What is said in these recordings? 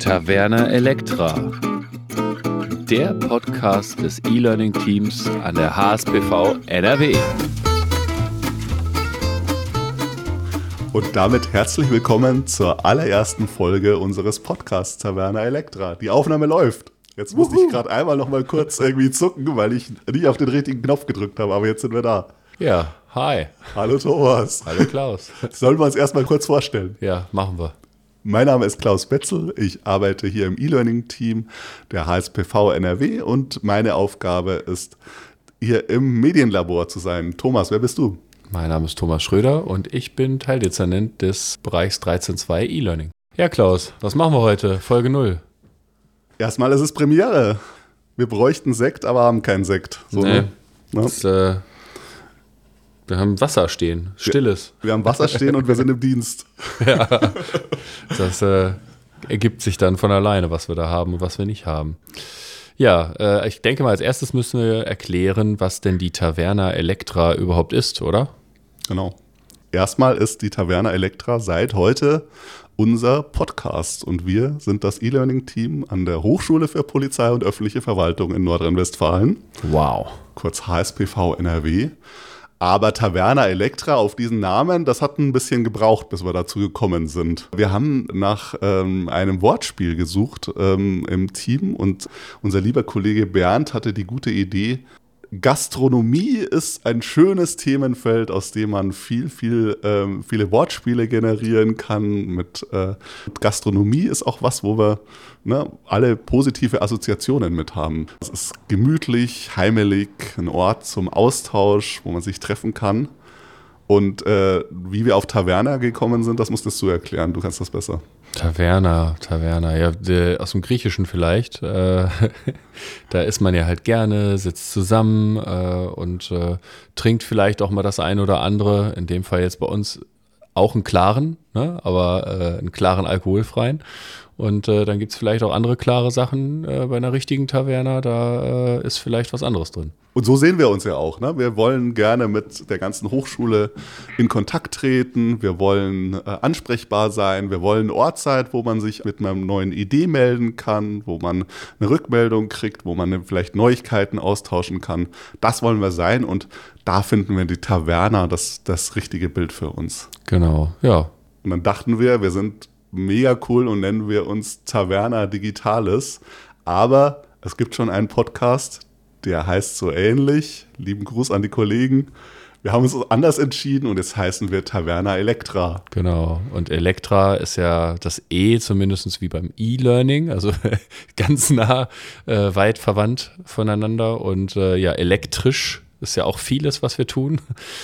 Taverne Elektra, der Podcast des E-Learning-Teams an der HSPV NRW. Und damit herzlich willkommen zur allerersten Folge unseres Podcasts Taverne Elektra. Die Aufnahme läuft. Jetzt musste ich gerade einmal noch mal kurz irgendwie zucken, weil ich nicht auf den richtigen Knopf gedrückt habe, aber jetzt sind wir da. Ja, hi. Hallo Thomas. Hallo Klaus. Sollen wir uns erstmal kurz vorstellen? Ja, machen wir. Mein Name ist Klaus Betzel, ich arbeite hier im E-Learning-Team der HSPV NRW und meine Aufgabe ist, hier im Medienlabor zu sein. Thomas, wer bist du? Mein Name ist Thomas Schröder und ich bin Teildezernent des Bereichs 13.2 E-Learning. Ja, Klaus, was machen wir heute? Folge 0. Erstmal ist es Premiere. Wir bräuchten Sekt, aber haben keinen Sekt. So, nee, ne? Wir haben Wasser stehen, stilles. Wir haben Wasser stehen und wir sind im Dienst. Ja, das ergibt sich dann von alleine, was wir da haben und was wir nicht haben. Ja, ich denke mal, als erstes müssen wir erklären, was denn die Taverna Elektra überhaupt ist, oder? Genau. Erstmal ist die Taverna Elektra seit heute unser Podcast und wir sind das E-Learning-Team an der Hochschule für Polizei und öffentliche Verwaltung in Nordrhein-Westfalen. Wow. Kurz HSPV NRW. Aber Taverna Elektra auf diesen Namen, das hat ein bisschen gebraucht, bis wir dazu gekommen sind. Wir haben nach einem Wortspiel gesucht im Team und unser lieber Kollege Bernd hatte die gute Idee, Gastronomie ist ein schönes Themenfeld, aus dem man viele Wortspiele generieren kann. Mit Gastronomie ist auch was, wo wir alle positive Assoziationen mit haben. Es ist gemütlich, heimelig, ein Ort zum Austausch, wo man sich treffen kann. Und wie wir auf Taverna gekommen sind, das musstest du erklären. Du kannst das besser. Taverna, ja, aus dem Griechischen vielleicht. Da isst man ja halt gerne, sitzt zusammen und trinkt vielleicht auch mal das ein oder andere. In dem Fall jetzt bei uns auch einen klaren, ne? Aber einen klaren alkoholfreien. Und dann gibt es vielleicht auch andere klare Sachen bei einer richtigen Taverna. Da ist vielleicht was anderes drin. Und so sehen wir uns ja auch. Ne? Wir wollen gerne mit der ganzen Hochschule in Kontakt treten. Wir wollen ansprechbar sein. Wir wollen einen Ort sein, wo man sich mit einer neuen Idee melden kann, wo man eine Rückmeldung kriegt, wo man vielleicht Neuigkeiten austauschen kann. Das wollen wir sein und da finden wir die Taverna das richtige Bild für uns. Genau, ja. Und dann dachten wir sind mega cool und nennen wir uns Taverna Digitalis. Aber es gibt schon einen Podcast, der heißt so ähnlich. Lieben Gruß an die Kollegen. Wir haben uns anders entschieden und jetzt heißen wir Taverna Elektra. Genau. Und Elektra ist ja das E zumindest wie beim E-Learning, also ganz nah, weit verwandt voneinander. Und ja, elektrisch ist ja auch vieles, was wir tun.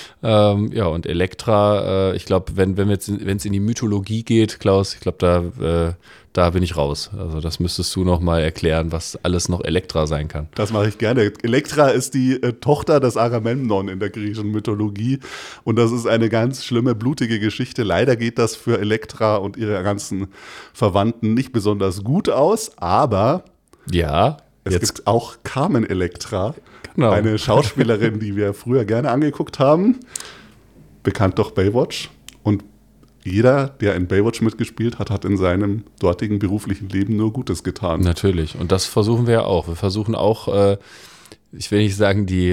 Ja, und Elektra, ich glaube, wenn es in die Mythologie geht, Klaus, ich glaube, da bin ich raus. Also das müsstest du noch mal erklären, was alles noch Elektra sein kann. Das mache ich gerne. Elektra ist die Tochter des Agamemnon in der griechischen Mythologie und das ist eine ganz schlimme, blutige Geschichte. Leider geht das für Elektra und ihre ganzen Verwandten nicht besonders gut aus, aber ja, es gibt auch Carmen Electra, genau. Eine Schauspielerin, die wir früher gerne angeguckt haben, bekannt durch Baywatch. Und jeder, der in Baywatch mitgespielt hat, hat in seinem dortigen beruflichen Leben nur Gutes getan. Natürlich. Und das versuchen wir ja auch. Wir versuchen auch, ich will nicht sagen, die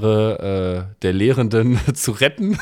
Lehre der Lehrenden zu retten.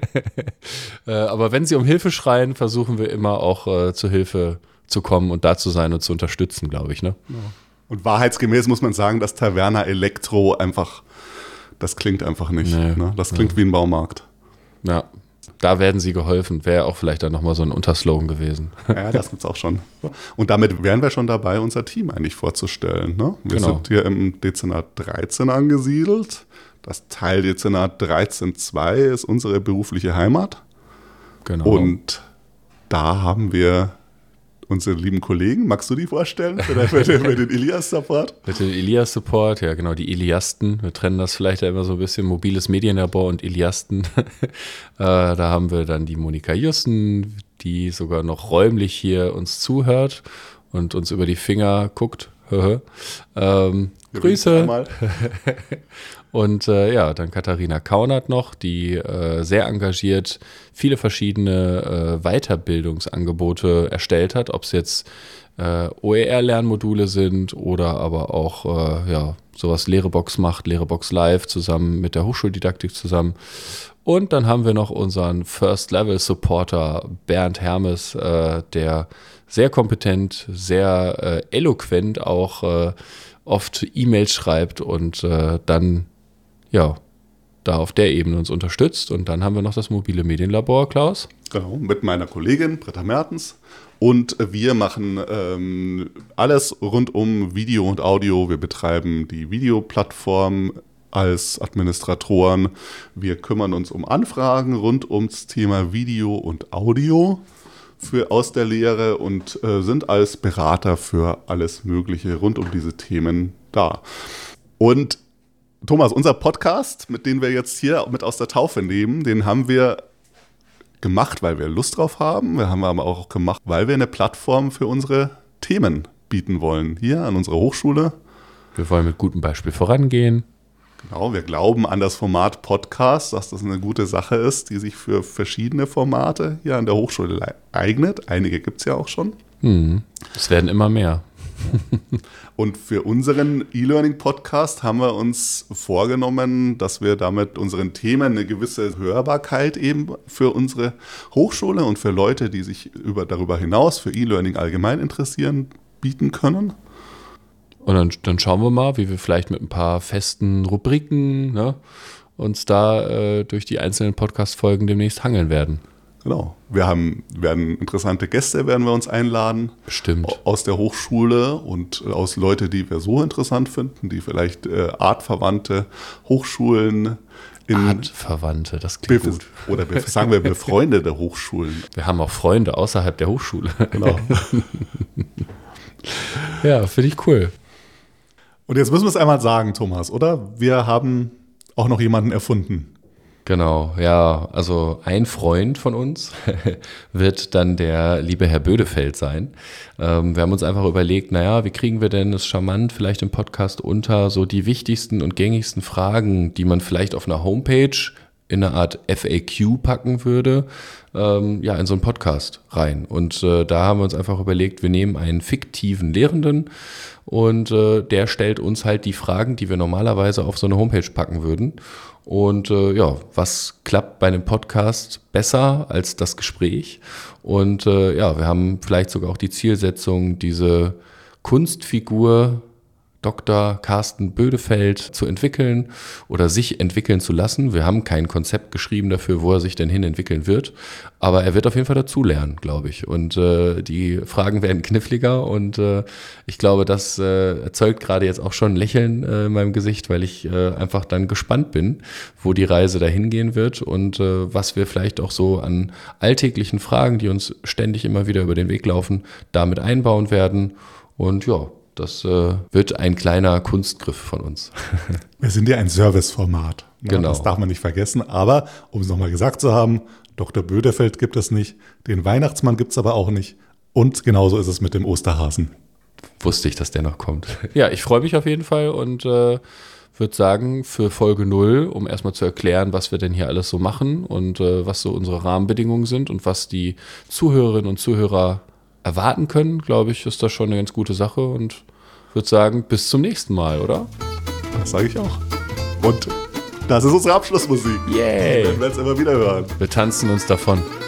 Aber wenn sie um Hilfe schreien, versuchen wir immer auch zur Hilfe zu kommen und da zu sein und zu unterstützen, glaube ich. Ne? Ja. Und wahrheitsgemäß muss man sagen, dass Taverna Elektro einfach, das klingt einfach nicht. Nee. Ne? Das klingt wie ein Baumarkt. Ja, da werden sie geholfen. Wäre auch vielleicht dann nochmal so ein Unterslogan gewesen. Ja, das gibt's auch schon. Und damit wären wir schon dabei, unser Team eigentlich vorzustellen. Ne? Wir sind hier im Dezernat 13 angesiedelt. Das Teildezernat 13.2 ist unsere berufliche Heimat. Genau. Und da haben wir unsere lieben Kollegen. Magst du die vorstellen für den Ilias-Support? Mit dem Ilias-Support, ja genau, die Iliasten. Wir trennen das vielleicht ja immer so ein bisschen, mobiles Medienlabor und Iliasten. Da haben wir dann die Monika Jussen, die sogar noch räumlich hier uns zuhört und uns über die Finger guckt. Grüße. Und dann Katharina Kaunert noch, die sehr engagiert viele verschiedene Weiterbildungsangebote erstellt hat, ob es jetzt OER-Lernmodule sind oder aber auch sowas Lehrebox macht, Lehrebox Live zusammen mit der Hochschuldidaktik zusammen. Und dann haben wir noch unseren First-Level-Supporter Bernd Hermes, der sehr kompetent, sehr eloquent auch oft E-Mails schreibt und dann da auf der Ebene uns unterstützt. Und dann haben wir noch das mobile Medienlabor, Klaus. Genau, mit meiner Kollegin Britta Mertens. Und wir machen alles rund um Video und Audio. Wir betreiben die Videoplattform als Administratoren. Wir kümmern uns um Anfragen rund ums Thema Video und Audio aus der Lehre und sind als Berater für alles Mögliche rund um diese Themen da. Und Thomas, unser Podcast, mit dem wir jetzt hier mit aus der Taufe nehmen, den haben wir gemacht, weil wir Lust drauf haben. Wir haben aber auch gemacht, weil wir eine Plattform für unsere Themen bieten wollen. Hier an unserer Hochschule. Wir wollen mit gutem Beispiel vorangehen. Genau, wir glauben an das Format Podcast, dass das eine gute Sache ist, die sich für verschiedene Formate hier an der Hochschule eignet. Einige gibt es ja auch schon. Es werden immer mehr. Und für unseren E-Learning-Podcast haben wir uns vorgenommen, dass wir damit unseren Themen eine gewisse Hörbarkeit eben für unsere Hochschule und für Leute, die sich darüber hinaus für E-Learning allgemein interessieren, bieten können. Und dann schauen wir mal, wie wir vielleicht mit ein paar festen Rubriken uns da durch die einzelnen Podcast-Folgen demnächst hangeln werden. Genau. Werden interessante Gäste werden wir uns einladen. Bestimmt. Aus der Hochschule und aus Leute, die wir so interessant finden, die vielleicht artverwandte Hochschulen Artverwandte, das klingt gut. Oder sagen wir befreundete Hochschulen. Wir haben auch Freunde außerhalb der Hochschule. Genau. Ja, finde ich cool. Und jetzt müssen wir es einmal sagen, Thomas, oder? Wir haben auch noch jemanden erfunden. Genau, ja, also ein Freund von uns wird dann der liebe Herr Bödefeld sein. Wir haben uns einfach überlegt, wie kriegen wir denn es charmant vielleicht im Podcast unter so die wichtigsten und gängigsten Fragen, die man vielleicht auf einer Homepage in eine Art FAQ packen würde, in so einen Podcast rein. Und da haben wir uns einfach überlegt, wir nehmen einen fiktiven Lehrenden und der stellt uns halt die Fragen, die wir normalerweise auf so eine Homepage packen würden. Und was klappt bei einem Podcast besser als das Gespräch? Und wir haben vielleicht sogar auch die Zielsetzung, diese Kunstfigur Dr. Carsten Bödefeld zu entwickeln oder sich entwickeln zu lassen. Wir haben kein Konzept geschrieben dafür, wo er sich denn hin entwickeln wird, aber er wird auf jeden Fall dazulernen, glaube ich. Und die Fragen werden kniffliger und ich glaube, das erzeugt gerade jetzt auch schon ein Lächeln in meinem Gesicht, weil ich einfach dann gespannt bin, wo die Reise dahin gehen wird und was wir vielleicht auch so an alltäglichen Fragen, die uns ständig immer wieder über den Weg laufen, damit einbauen werden. Und das wird ein kleiner Kunstgriff von uns. Wir sind ja ein Serviceformat. Genau. Das darf man nicht vergessen. Aber, um es nochmal gesagt zu haben, Dr. Bödefeld gibt es nicht, den Weihnachtsmann gibt es aber auch nicht. Und genauso ist es mit dem Osterhasen. Wusste ich, dass der noch kommt. Ja, ich freue mich auf jeden Fall und würde sagen, für Folge 0, um erstmal zu erklären, was wir denn hier alles so machen und was so unsere Rahmenbedingungen sind und was die Zuhörerinnen und Zuhörer erwarten können, glaube ich, ist das schon eine ganz gute Sache und würde sagen, bis zum nächsten Mal, oder? Das sage ich auch. Und das ist unsere Abschlussmusik. Yay! Wir werden es immer wieder hören. Wir tanzen uns davon.